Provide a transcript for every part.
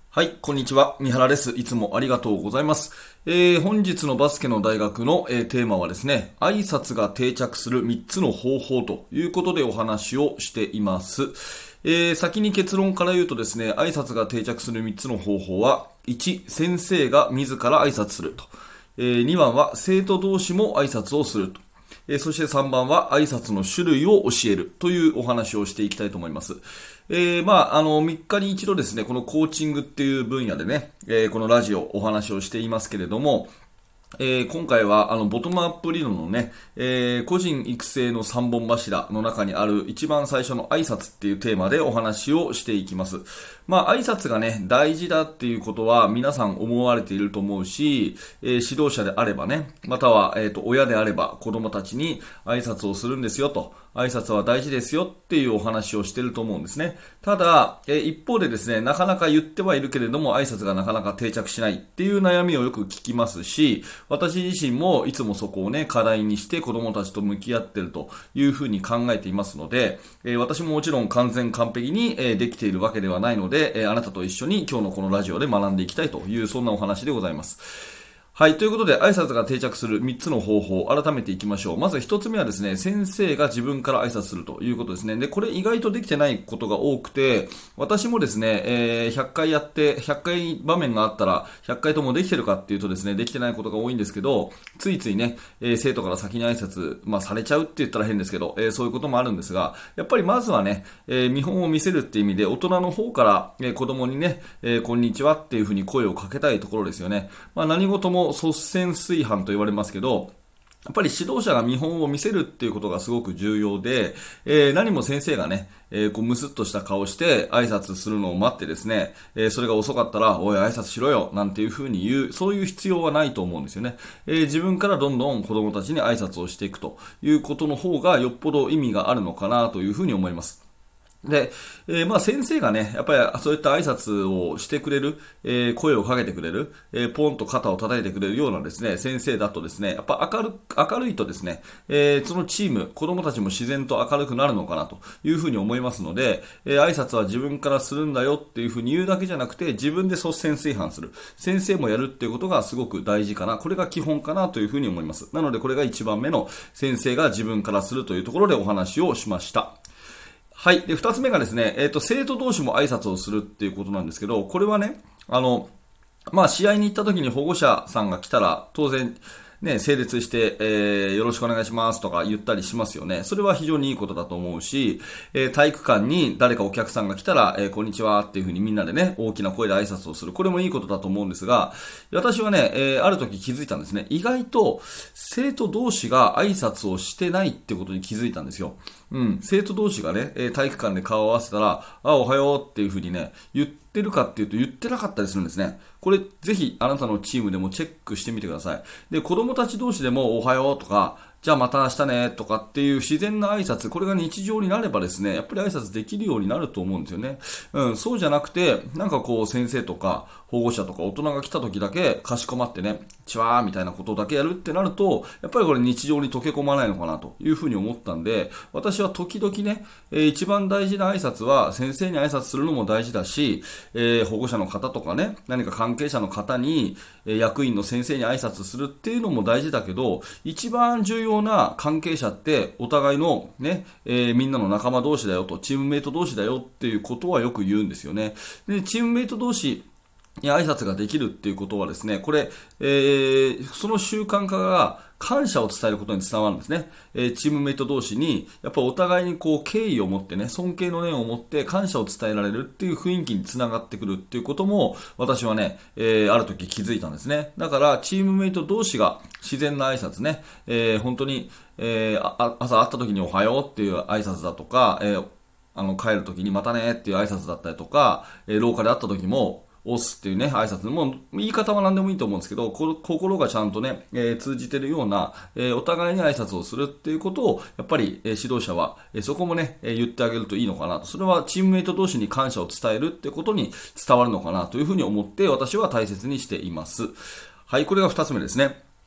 はい、こんにちは。三原です。いつもありがとうございます。本日のバスケの大学の、テーマはですね、挨拶が定着する3つの方法ということでお話をしています。先に結論から言うとですね、挨拶が定着する3つの方法は、1、先生が自ら挨拶すると。2番は生徒同士も挨拶をすると。そして3番は挨拶の種類を教えるというお話をしていきたいと思います。3日に一度ですね、このコーチングっていう分野でね、このラジオお話をしていますけれども、今回はボトムアップ理論のね、個人育成の3本柱の中にある一番最初の挨拶っていうテーマでお話をしていきます。挨拶がね、大事だっていうことは皆さん思われていると思うし、指導者であればね、または、親であれば子供たちに挨拶をするんですよと、挨拶は大事ですよっていうお話をしていると思うんですね。ただ、一方でですね、なかなか言ってはいるけれども挨拶がなかなか定着しないっていう悩みをよく聞きますし、私自身もいつもそこをね、課題にして子供たちと向き合っているというふうに考えていますので、私ももちろん完璧に、できているわけではないので、あなたと一緒に今日のこのラジオで学んでいきたいというそんなお話でございます。はい。ということで、挨拶が定着する3つの方法、改めていきましょう。まず1つ目はですね、先生が自分から挨拶するということですね。で、これ意外とできてないことが多くて、私もですね、100回やって、100回場面があったら、100回ともできてるかっていうとですね、できてないことが多いんですけど、ついついね、生徒から先に挨拶、されちゃうって言ったら変ですけど、そういうこともあるんですが、やっぱりまずはね、見本を見せるっていう意味で、大人の方から、子供にね、こんにちはっていうふうに声をかけたいところですよね。何事も率先垂範と言われますけど、やっぱり指導者が見本を見せるっていうことがすごく重要で、何も先生がね、こうムスッとした顔して挨拶するのを待ってですね、それが遅かったら、おい挨拶しろよ、なんていうふうに言う、そういう必要はないと思うんですよね。自分からどんどん子供たちに挨拶をしていくということの方がよっぽど意味があるのかなというふうに思います。で、先生がね、やっぱりそういった挨拶をしてくれる、声をかけてくれる、ポンと肩を叩いてくれるようなですね、先生だとですね、やっぱ明るいとですね、そのチーム、子供たちも自然と明るくなるのかなというふうに思いますので、挨拶は自分からするんだよっていうふうに言うだけじゃなくて、自分で率先垂範する。先生もやるっていうことがすごく大事かな。これが基本かなというふうに思います。なのでこれが一番目の先生が自分からするというところでお話をしました。はい。で、二つ目がですね、生徒同士も挨拶をするっていうことなんですけど、これはね、試合に行った時に保護者さんが来たら、当然、ね、整列して、よろしくお願いしますとか言ったりしますよね。それは非常にいいことだと思うし、体育館に誰かお客さんが来たら、こんにちはっていうふうにみんなでね、大きな声で挨拶をする。これもいいことだと思うんですが、私はね、ある時気づいたんですね。意外と生徒同士が挨拶をしてないってことに気づいたんですよ。生徒同士がね、体育館で顔を合わせたら、おはようっていうふうにね、言ってるかっていうと言ってなかったりするんですね。これぜひあなたのチームでもチェックしてみてください。で、子供たち同士でもおはようとか、じゃあまた明日ねとかっていう自然な挨拶、これが日常になればですね、やっぱり挨拶できるようになると思うんですよね。そうじゃなくて、なんかこう先生とか保護者とか大人が来た時だけかしこまってね、チワーみたいなことだけやるってなると、やっぱりこれ日常に溶け込まないのかなというふうに思ったんで、私は時々ね、一番大事な挨拶は先生に挨拶するのも大事だし、保護者の方とかね、何か関係者の方に、役員の先生に挨拶するっていうのも大事だけど、一番重要な関係者ってお互いのね、みんなの仲間同士だよと、チームメイト同士だよっていうことはよく言うんですよね。で、チームメイト同士に挨拶ができるっていうことはですね、これ、その習慣化が感謝を伝えることにつながるんですね。チームメイト同士に、やっぱりお互いにこう敬意を持ってね、尊敬の念を持って感謝を伝えられるっていう雰囲気につながってくるっていうことも、私はね、ある時気づいたんですね。だから、チームメイト同士が自然な挨拶ね、本当に、朝会った時におはようっていう挨拶だとか、帰る時にまたねっていう挨拶だったりとか、廊下で会った時も、押すっていうね、挨拶も、言い方は何でもいいと思うんですけど、心がちゃんとね、通じてるような、お互いに挨拶をするっていうことを、やっぱり、指導者は、そこもね、言ってあげるといいのかなと。それはチームメイト同士に感謝を伝えるってことに伝わるのかなというふうに思って、私は大切にしています。はい、これが二つ目ですね。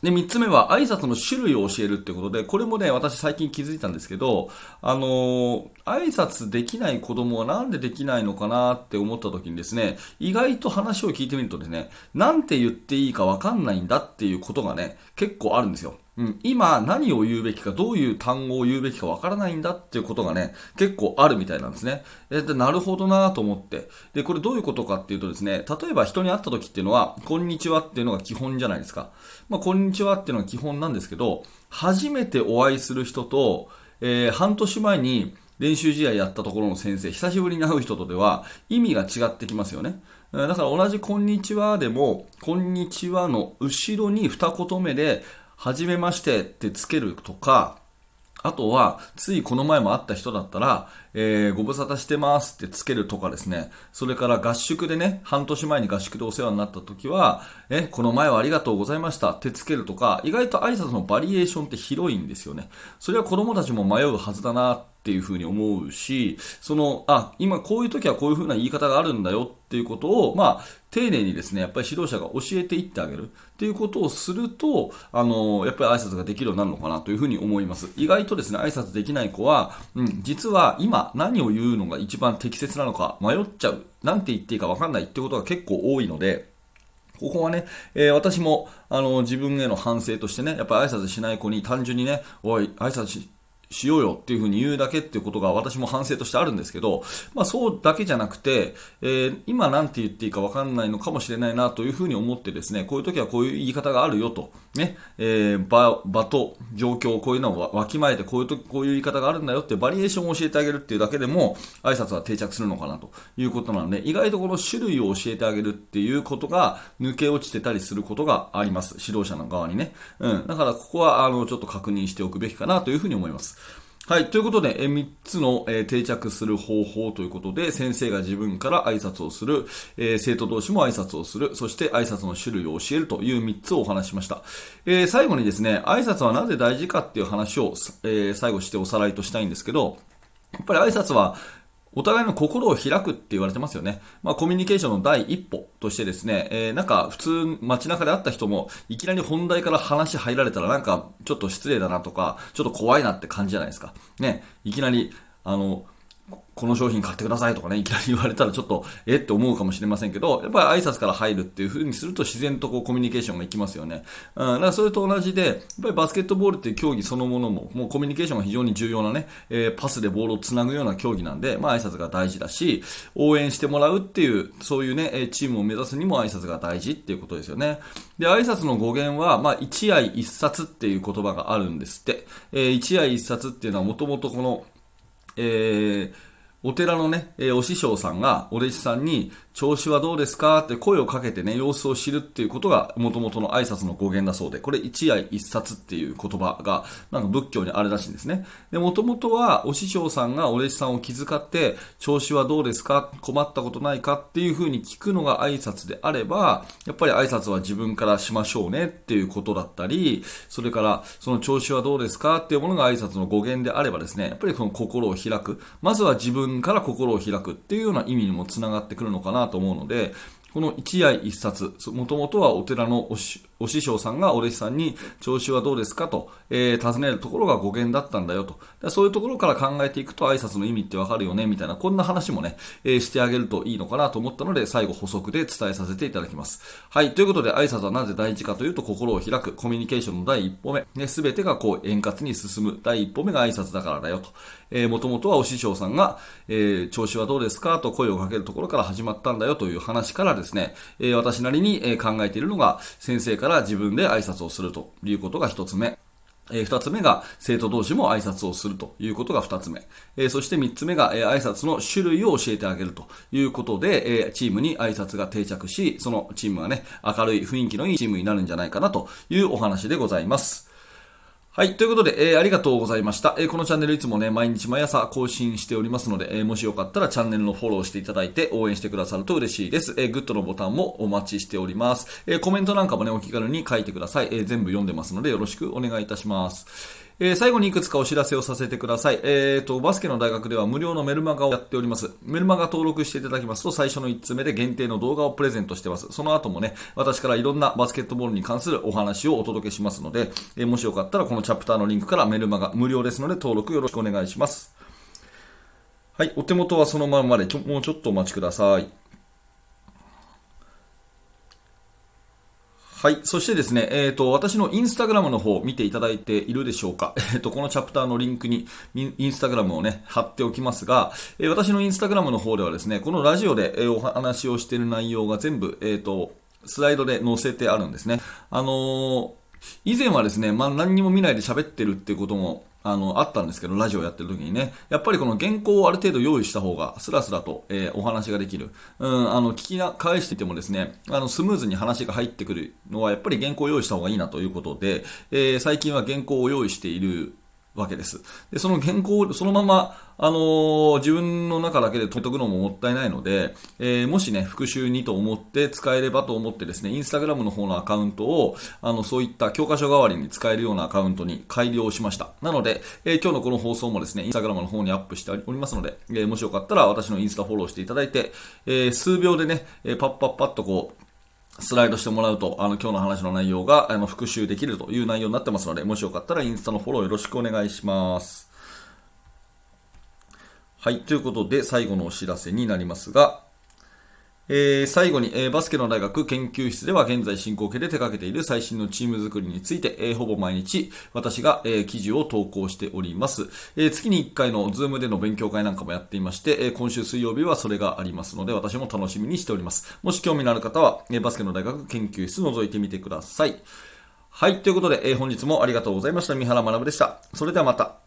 で、3つ目は挨拶の種類を教えるってことで、これもね、私最近気づいたんですけど、挨拶できない子供はなんでできないのかなって思った時にですね、意外と話を聞いてみるとですね、なんて言っていいかわかんないんだっていうことがね、結構あるんですよ。今何を言うべきか、どういう単語を言うべきかわからないんだっていうことがね、結構あるみたいなんですね。で、なるほどなと思って。で、これどういうことかっていうとですね、例えば人に会った時っていうのは、こんにちはっていうのが基本じゃないですか。こんにちはっていうのが基本なんですけど、初めてお会いする人と、半年前に練習試合やったところの先生、久しぶりに会う人とでは意味が違ってきますよね。だから同じこんにちはでも、こんにちはの後ろに二言目で、はじめましてってつけるとか、あとは、ついこの前も会った人だったら、ご無沙汰してますってつけるとかですね。それから合宿でね、半年前に合宿でお世話になった時は、この前はありがとうございましたってつけるとか、意外と挨拶のバリエーションって広いんですよね。それは子供たちも迷うはずだなっていうふうに思うし、今こういう時はこういうふうな言い方があるんだよっていうことを、丁寧にですね、やっぱり指導者が教えていってあげるっていうことをすると、やっぱり挨拶ができるようになるのかなというふうに思います。意外とですね、挨拶できない子は、実は今何を言うのが一番適切なのか迷っちゃう。なんて言っていいか分かんないっていうことが結構多いので、ここはね、私も、自分への反省としてね、やっぱり挨拶しない子に単純にね、おい、挨拶しようよっていうふうに言うだけっていうことが私も反省としてあるんですけど、そうだけじゃなくて、今なんて言っていいか分かんないのかもしれないなというふうに思ってですね、こういう時はこういう言い方があるよと、ね、場と状況、こういうのをわきまえてこういう言い方があるんだよってバリエーションを教えてあげるっていうだけでも挨拶は定着するのかなということなので、意外とこの種類を教えてあげるっていうことが抜け落ちてたりすることがあります。指導者の側にね。だからここはちょっと確認しておくべきかなというふうに思います。はい。ということで、3つの、定着する方法ということで、先生が自分から挨拶をする、生徒同士も挨拶をする、そして挨拶の種類を教えるという3つをお話ししました。最後にですね、挨拶はなぜ大事かっていう話を、最後しておさらいとしたいんですけど、やっぱり挨拶は、お互いの心を開くって言われてますよね。コミュニケーションの第一歩としてですね、なんか普通街中で会った人もいきなり本題から話入られたらなんかちょっと失礼だなとか、ちょっと怖いなって感じじゃないですか。ね、いきなり、この商品買ってくださいとかね、いきなり言われたらちょっと、って思うかもしれませんけど、やっぱり挨拶から入るっていう風にすると自然とこうコミュニケーションがいきますよね。だからそれと同じで、やっぱりバスケットボールっていう競技そのものも、もうコミュニケーションが非常に重要なね、パスでボールをつなぐような競技なんで、挨拶が大事だし、応援してもらうっていう、そういうね、チームを目指すにも挨拶が大事っていうことですよね。で、挨拶の語源は、一愛一冊っていう言葉があるんですって。一愛一冊っていうのはもともとこの、お寺のね、お師匠さんがお弟子さんに調子はどうですかって声をかけてね、様子を知るっていうことが元々の挨拶の語源だそうで、これ一愛一冊っていう言葉がなんか仏教にあるらしいんですね。で、元々はお師匠さんがお弟子さんを気遣って調子はどうですか、困ったことないかっていう風に聞くのが挨拶であれば、やっぱり挨拶は自分からしましょうねっていうことだったり、それからその調子はどうですかっていうものが挨拶の語源であればですね、やっぱりその心を開く、まずは自分から心を開くっていうような意味にもつながってくるのかなと思うので、この一愛一冊、もともとはお寺のお師匠さんがお弟子さんに調子はどうですかと、尋ねるところが語源だったんだよと。そういうところから考えていくと挨拶の意味ってわかるよねみたいな、こんな話もね、してあげるといいのかなと思ったので、最後補足で伝えさせていただきます。はい、ということで挨拶はなぜ大事かというと、心を開く、コミュニケーションの第一歩目、ね、全てがこう円滑に進む第一歩目が挨拶だからだよと。もともとはお師匠さんが、調子はどうですかと声をかけるところから始まったんだよという話からですね、私なりに考えているのが、先生から自分で挨拶をするということが一つ目。二つ目が生徒同士も挨拶をするということが二つ目。そして三つ目が挨拶の種類を教えてあげるということで、チームに挨拶が定着し、そのチームはね、明るい雰囲気のいいチームになるんじゃないかなというお話でございます。はい。ということで、ありがとうございました。このチャンネルいつもね、毎日毎朝更新しておりますので、もしよかったらチャンネルのフォローしていただいて応援してくださると嬉しいです。グッドのボタンもお待ちしております。コメントなんかもね、お気軽に書いてください。全部読んでますのでよろしくお願いいたします。 最後にいくつかお知らせをさせてください。バスケの大学では無料のメルマガをやっております。メルマガ登録していただきますと、最初の1つ目で限定の動画をプレゼントしてます。その後もね、私からいろんなバスケットボールに関するお話をお届けしますので、もしよかったらこのチャプターのリンクからメルマガ無料ですので登録よろしくお願いします。はい、お手元はそのままでもうちょっとお待ちください。はい。そしてですね、私のインスタグラムの方見ていただいているでしょうか。このチャプターのリンクにインスタグラムをね、貼っておきますが、私のインスタグラムの方ではですね、このラジオで、お話をしている内容が全部、スライドで載せてあるんですね。以前はですね、何にも見ないで喋ってるっていうことも、あったんですけど、ラジオやってる時にね、やっぱりこの原稿をある程度用意した方が、スラスラと、お話ができる。聞き返していてもですね、スムーズに話が入ってくるのは、やっぱり原稿を用意した方がいいなということで、最近は原稿を用意しているわけです。で、その原稿をそのまま、自分の中だけで取っとくのももったいないので、もしね、復習にと思って使えればと思ってですね、インスタグラムの方のアカウントを、そういった教科書代わりに使えるようなアカウントに改良しました。なので、今日のこの放送もですね、インスタグラムの方にアップしておりますので、もしよかったら私のインスタフォローしていただいて、数秒でね、パッパッパッとこう、スライドしてもらうと、今日の話の内容が、復習できるという内容になってますので、もしよかったらインスタのフォローよろしくお願いします。はい。ということで、最後のお知らせになりますが、最後に、バスケの大学研究室では現在進行形で手掛けている最新のチーム作りについて、ほぼ毎日私が、記事を投稿しております。月に1回のズームでの勉強会なんかもやっていまして、今週水曜日はそれがありますので、私も楽しみにしております。もし興味のある方は、バスケの大学研究室覗いてみてください。はい。ということで、本日もありがとうございました。三原学でした。それではまた。